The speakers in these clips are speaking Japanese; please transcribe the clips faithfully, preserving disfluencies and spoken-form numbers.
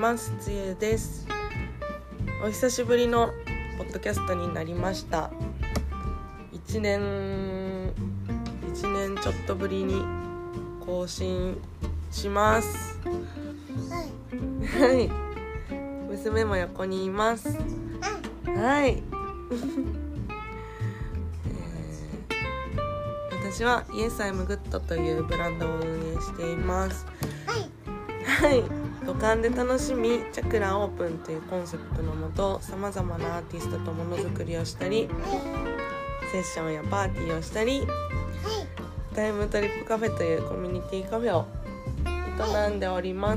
ます。つゆです。お久しぶりのポッドキャストになりました。いちねんいちねんちょっとぶりに更新します。はい、娘も横にいます。はい、えー、私は Yes I'm Good というブランドを運営しています。はい、五感で楽しみチャクラオープンというコンセプトのもと、さまざまなアーティストとものづくりをしたり、セッションやパーティーをしたり、タイムトリップカフェというコミュニティカフェを営んでおります。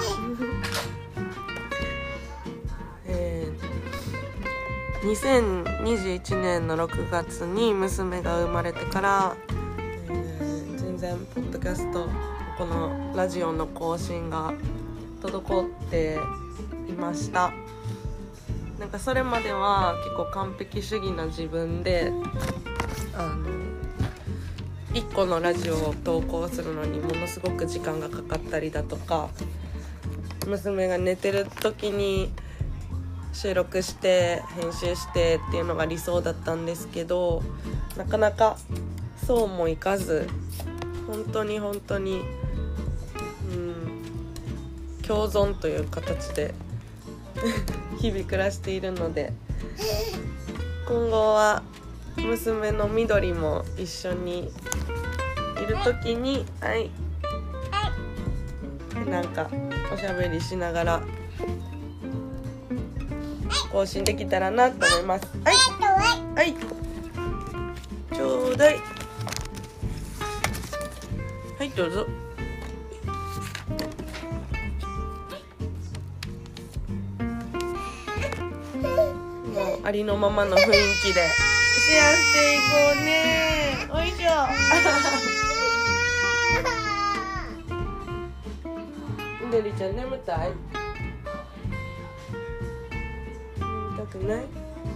えー、にせんにじゅういちねんのろくがつに娘が生まれてから、えー、全然ポッドキャストこのラジオの更新が滞っていました。なんかそれまでは結構完璧主義な自分で、あのいっこのラジオを投稿するのにものすごく時間がかかったりだとか、娘が寝てる時に収録して編集してっていうのが理想だったんですけど、なかなかそうもいかず、本当に本当に共存という形で日々暮らしているので、今後は娘の緑も一緒にいるときに、はい、なんかおしゃべりしながら更新できたらなと思います。はいはい、ちょうだい。はい、どうぞ。ありのままの雰囲気でシェアしていこうね。おいしょみどりちゃん眠たい？眠たくない？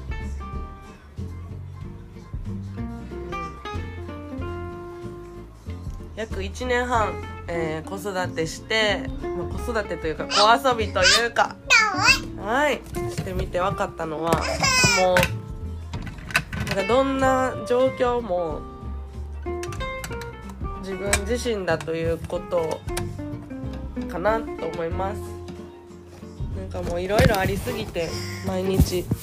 約いちねんはん、えー、子育てして、まあ、子育てというか子遊びというかはいしてみて分かったのは、もうなんかどんな状況も自分自身だということかなと思います。なんかもういろいろありすぎて毎日ね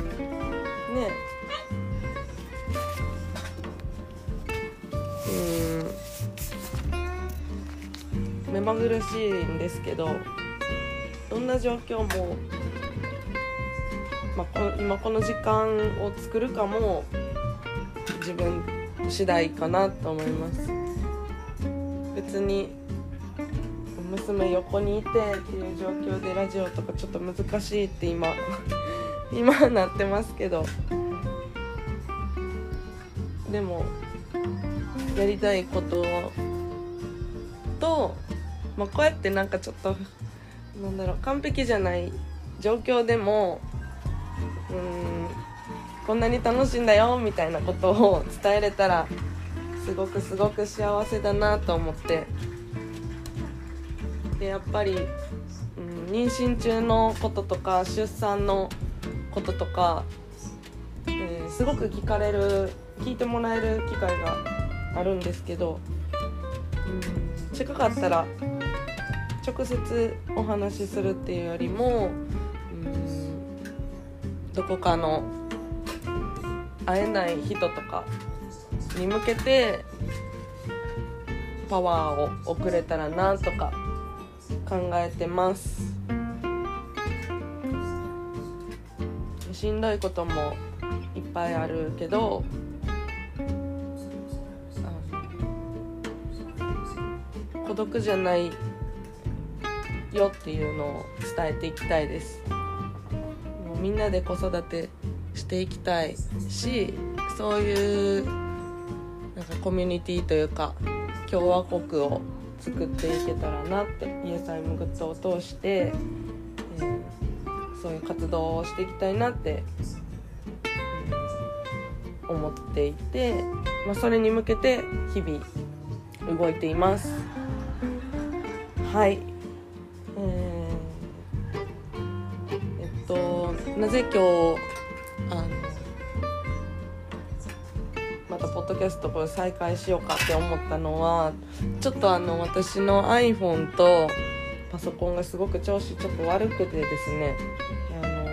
うん目まぐるしいんですけど、どんな状況も、まあ、こ今この時間を作るかも自分次第かなと思います。別に娘横にいてっていう状況でラジオとかちょっと難しいって今今なってますけど、でもやりたいことと、まあ、こうやってなんかちょっとなんだろう完璧じゃない状況でもうーんこんなに楽しいんだよみたいなことを伝えれたらすごくすごく幸せだなと思って、でやっぱり、うん、妊娠中のこととか出産のこととか、えー、すごく聞かれる聞いてもらえる機会があるんですけど、うん、近かったら直接お話しするっていうよりも、うん、どこかの会えない人とかに向けてパワーを送れたらなとか考えてます。しんどいこともいっぱいあるけど、あの孤独じゃないよっていうのを伝えていきたいです。もうみんなで子育てしていきたいし、そういうなんかコミュニティというか共和国を作っていけたらなって、Yes I'm Goodを通して、えー、そういう活動をしていきたいなって、えー、思っていて、まあ、それに向けて日々動いています。はい、えなぜ今日あのまたポッドキャストこれ再開しようかって思ったのは、ちょっとあの私の iPhone とパソコンがすごく調子ちょっと悪くてですね、あの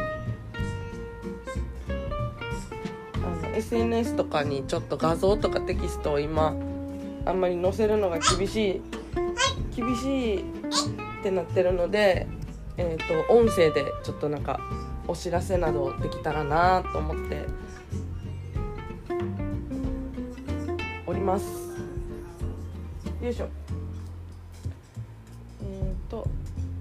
あの エスエヌエス とかにちょっと画像とかテキストを今あんまり載せるのが厳しい厳しいってなってるので、えーと、音声でちょっとなんかお知らせなどできたらなと思っております。よいしょ。えーと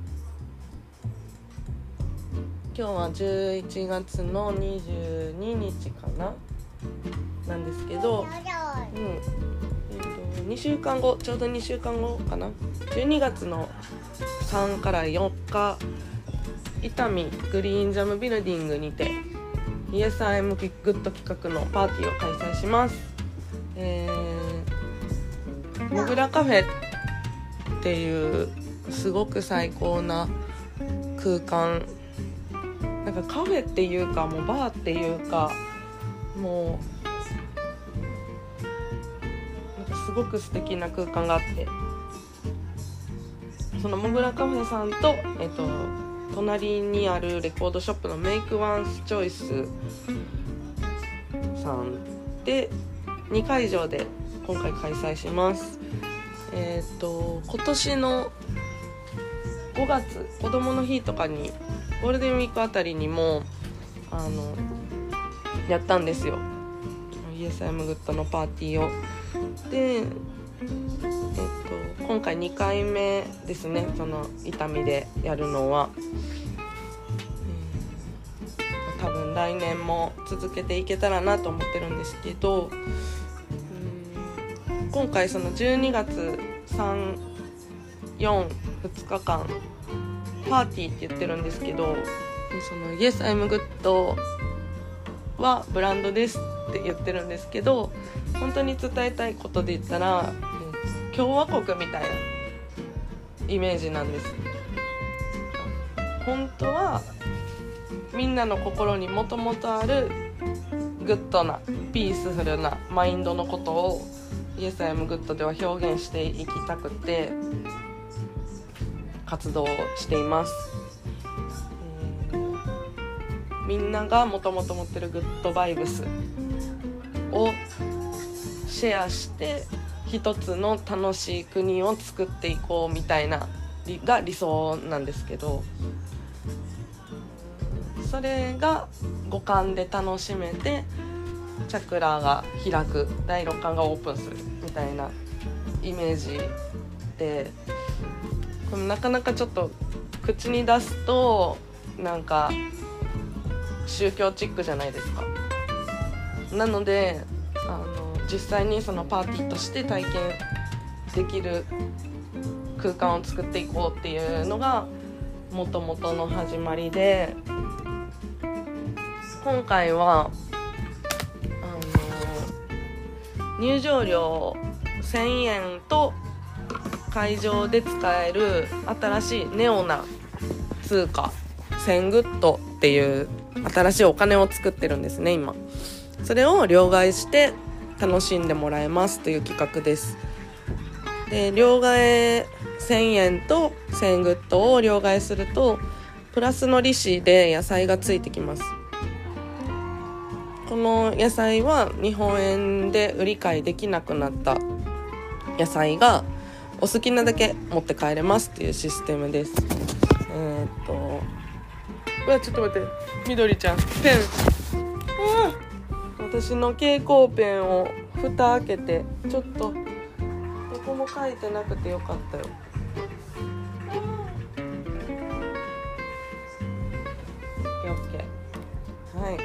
今日はじゅういちがつのにじゅうににちかななんですけど、うんえー、とにしゅうかんごちょうどにしゅうかんごかな、じゅうにがつのさんからよっか伊丹グリーンジャムビルディングにて イエスアイエム グッド企画のパーティーを開催します。えー、もぐらカフェっていうすごく最高な空間、なんかカフェっていうかもうバーっていうかもうなんかすごく素敵な空間があって、そのもぐらカフェさんと、えっと、隣にあるレコードショップのメイクワンスチョイスさんでにかいじょうで今回開催します。えっと今年のごがつ子どもの日とかにゴールデンウィークあたりにもあのやったんですよ、 イエスアイエム グッドのパーティーを。で、えっと、今回にかいめですね、その伊丹でやるのは、えー、多分来年も続けていけたらなと思ってるんですけど、うん今回そのじゅうにがつさん、よん、ふつかかんパーティーって言ってるんですけど、その Yes, I'm good はブランドですって言ってるんですけど、本当に伝えたいことで言ったら、えー、共和国みたいなイメージなんです。本当はみんなの心にもともとあるグッドなピースフルなマインドのことを Yes, I'm good では表現していきたくて活動しています。えー、みんながもともと持ってるグッドバイブスをシェアして一つの楽しい国を作っていこうみたいなが理想なんですけど、それが五感で楽しめてチャクラが開く、第六感がオープンするみたいなイメージで、これなかなかちょっと口に出すとなんか宗教チックじゃないですか。なのであの実際にそのパーティーとして体験できる空間を作っていこうっていうのがもともとの始まりで、今回はあの入場料せんえんと会場で使える新しいネオな通貨せんグッドっていう新しいお金を作ってるんですね今。それを両替して楽しんでもらえますという企画です。で両替せんえんとせんグッドを両替するとプラスの利子で野菜がついてきます。この野菜は日本円で売り買いできなくなった野菜がお好きなだけ持って帰れますっていうシステムです。えー、っとうわちょっと待って、みどりちゃんペン、あ私の蛍光ペンを蓋開けてちょっとどこも書いてなくてよかったよ。オッケー、はい。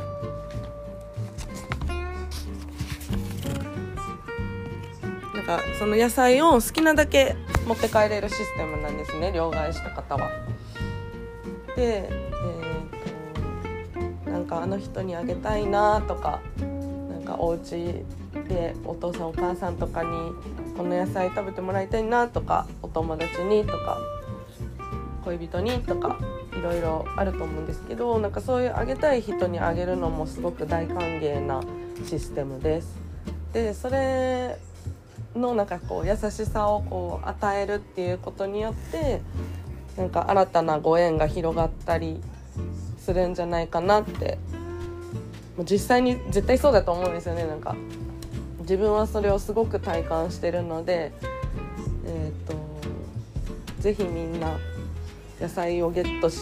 なんかその野菜を好きなだけ持って帰れるシステムなんですね、両替した方は。で、えーと、なんかあの人にあげたいなとか、なんかお家でお父さんお母さんとかにこの野菜食べてもらいたいなとか、お友達にとか恋人にとかいろいろあると思うんですけど、なんかそういうあげたい人にあげるのもすごく大歓迎なシステムです。でそれのなんかこう優しさをこう与えるっていうことによってなんか新たなご縁が広がったりするんじゃないかなって、実際に絶対そうだと思うんですよね。なんか自分はそれをすごく体感してるので、えーと、ぜひみんな野菜をゲットして、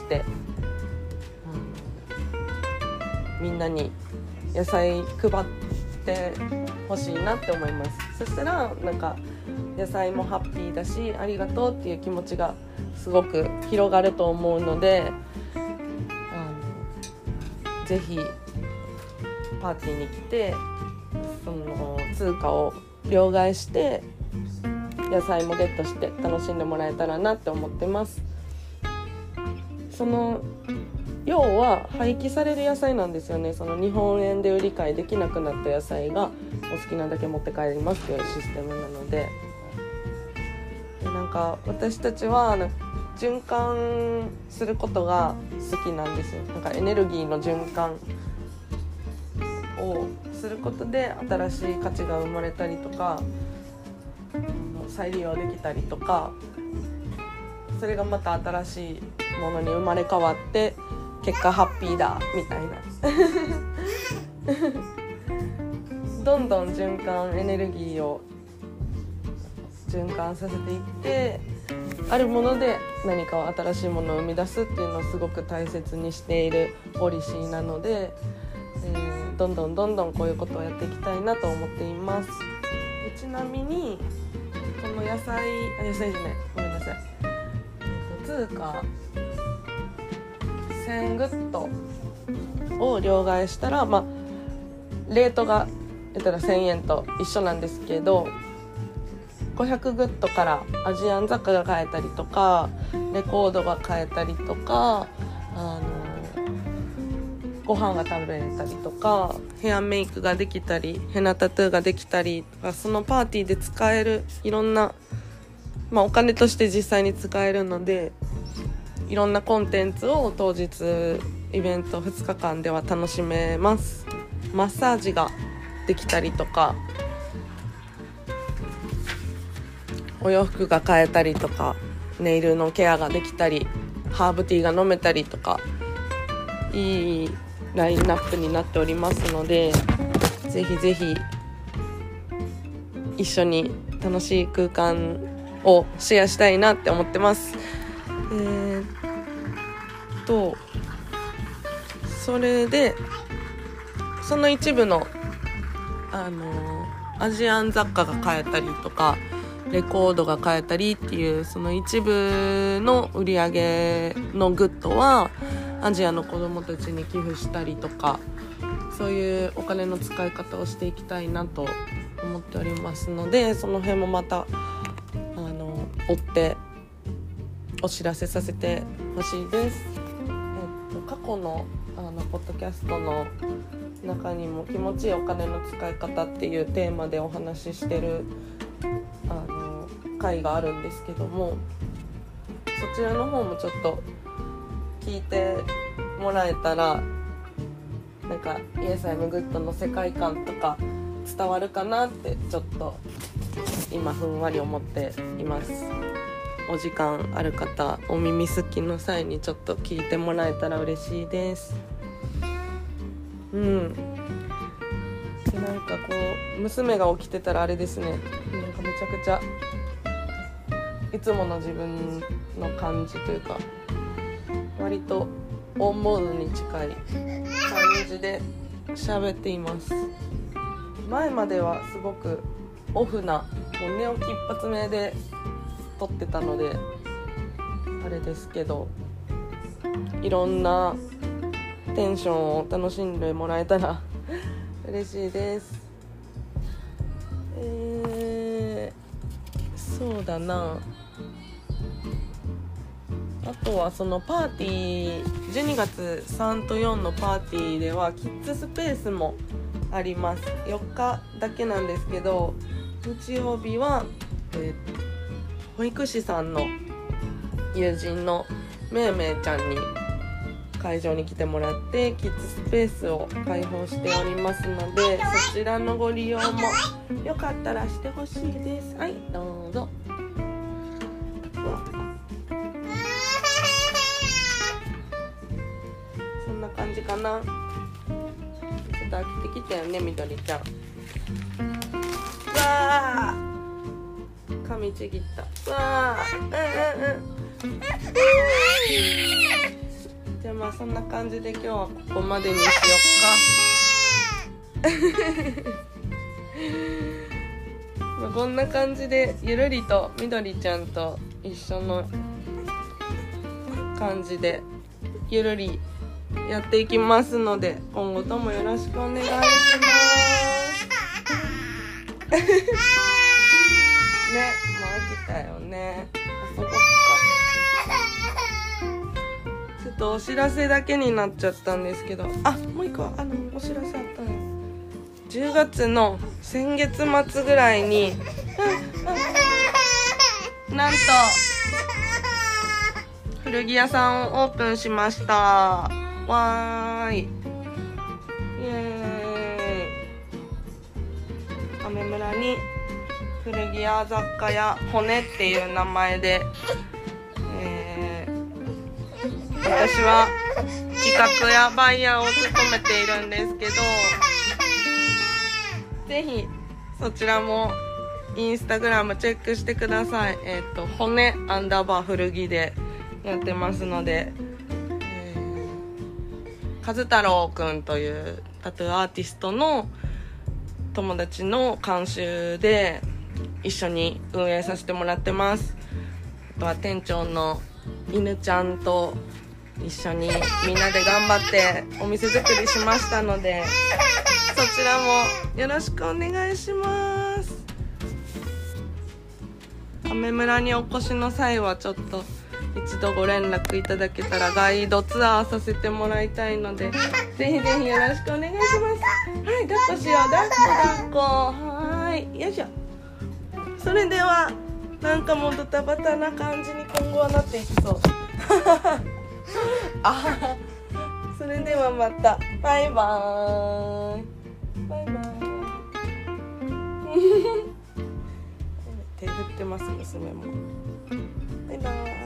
うん、みんなに野菜配ってほしいなって思います。そしたらなんか野菜もハッピーだしありがとうっていう気持ちがすごく広がると思うので、あのぜひパーティーに来てその通貨を両替して野菜もゲットして楽しんでもらえたらなって思ってます。その要は廃棄される野菜なんですよね。その日本円で売り買いできなくなった野菜がお好きなだけ持って帰りますというシステムなので、でなんか私たちは循環することが好きなんですよ。なんかエネルギーの循環をすることで新しい価値が生まれたりとか再利用できたりとか、それがまた新しいものに生まれ変わって結果ハッピーだみたいなどんどん循環エネルギーを循環させていってあるもので何かを新しいものを生み出すっていうのをすごく大切にしているポリシーなので、えー、どんどんどんどんこういうことをやっていきたいなと思っています。でちなみにこの野菜あ野菜じゃないごめんなさい、えー、と通貨せんグッドを両替したら、まあ、レートが言ったらせんえんと一緒なんですけど、ごひゃくグッドからアジアン雑貨が買えたりとかレコードが買えたりとか、あのご飯が食べれたりとかヘアメイクができたりヘナタトゥーができたりとか、そのパーティーで使えるいろんな、まあ、お金として実際に使えるのでいろんなコンテンツを当日イベントふつかかんでは楽しめます。マッサージができたりとかお洋服が買えたりとかネイルのケアができたりハーブティーが飲めたりとかいいラインナップになっておりますので、ぜひぜひ一緒に楽しい空間をシェアしたいなって思ってます。えー、っとそれでその一部の、あのー、アジアン雑貨が買えたりとかレコードが買えたりっていうその一部の売り上げのグッドはアジアの子どもたちに寄付したりとか、そういうお金の使い方をしていきたいなと思っておりますので、その辺もまたあの追ってお知らせさせてほしいです。えっと、過去のあのポッドキャストの中にも気持ちいいお金の使い方っていうテーマでお話ししてるあの回があるんですけども、そちらの方もちょっと聞いてもらえたらなんかイエス・アイム・グッドの世界観とか伝わるかなってちょっと今ふんわり思っています。お時間ある方お耳すきの際にちょっと聞いてもらえたら嬉しいです。うんでなんかこう娘が起きてたらあれですね、なんかめちゃくちゃいつもの自分の感じというか割とオンモードに近い感じで喋っています。前まではすごくオフなもう寝起き一発目で撮ってたのであれですけど、いろんなテンションを楽しんでもらえたら嬉しいです。えー、そうだなあとはそのパーティーじゅうにがつさんとよんのパーティーではキッズスペースもあります。よっかだけなんですけど、日曜日は、えー、保育士さんの友人のめいめいちゃんに会場に来てもらってキッズスペースを開放しておりますので、そちらのご利用もよかったらしてほしいです。はい、どうぞ。そんな感じかな。ちょっと飽きてきたよね、みどりちゃん。うわー、髪ちぎった。うわー、うんうんうんじゃあまあそんな感じで今日はここまでにしよっかまあこんな感じでゆるりとみどりちゃんと一緒の感じでゆるりやっていきますので、今後ともよろしくお願いしますね、もう飽きたよね。遊ぼっか。ちょっとお知らせだけになっちゃったんですけど、あ、もう一個あのお知らせあったの。じゅうがつの先月末ぐらいに、なんと古着屋さんをオープンしました。わーい、イエーイ。アメ村に古着屋雑貨屋骨っていう名前で、えー、私は企画やバイヤーを務めているんですけど、ぜひそちらもインスタグラムチェックしてください。えっと骨アンダーバー古着でやってますので、えー、和太郎くんというタトゥーアーティストの友達の監修で一緒に運営させてもらってます。あとは店長の犬ちゃんと一緒にみんなで頑張ってお店作りしましたので、そちらもよろしくお願いします。雨村にお越しの際はちょっと一度ご連絡いただけたらガイドツアーさせてもらいたいので、ぜひぜひよろしくお願いします。はい、抱っこしよう。抱っこ抱っこ。はーい、よいしょ。それではなんかもうドタバタな感じに今後はなっていきそうあ、それではまた。バイバーイ。バイバーイ手振ってます娘も。バイバーイ。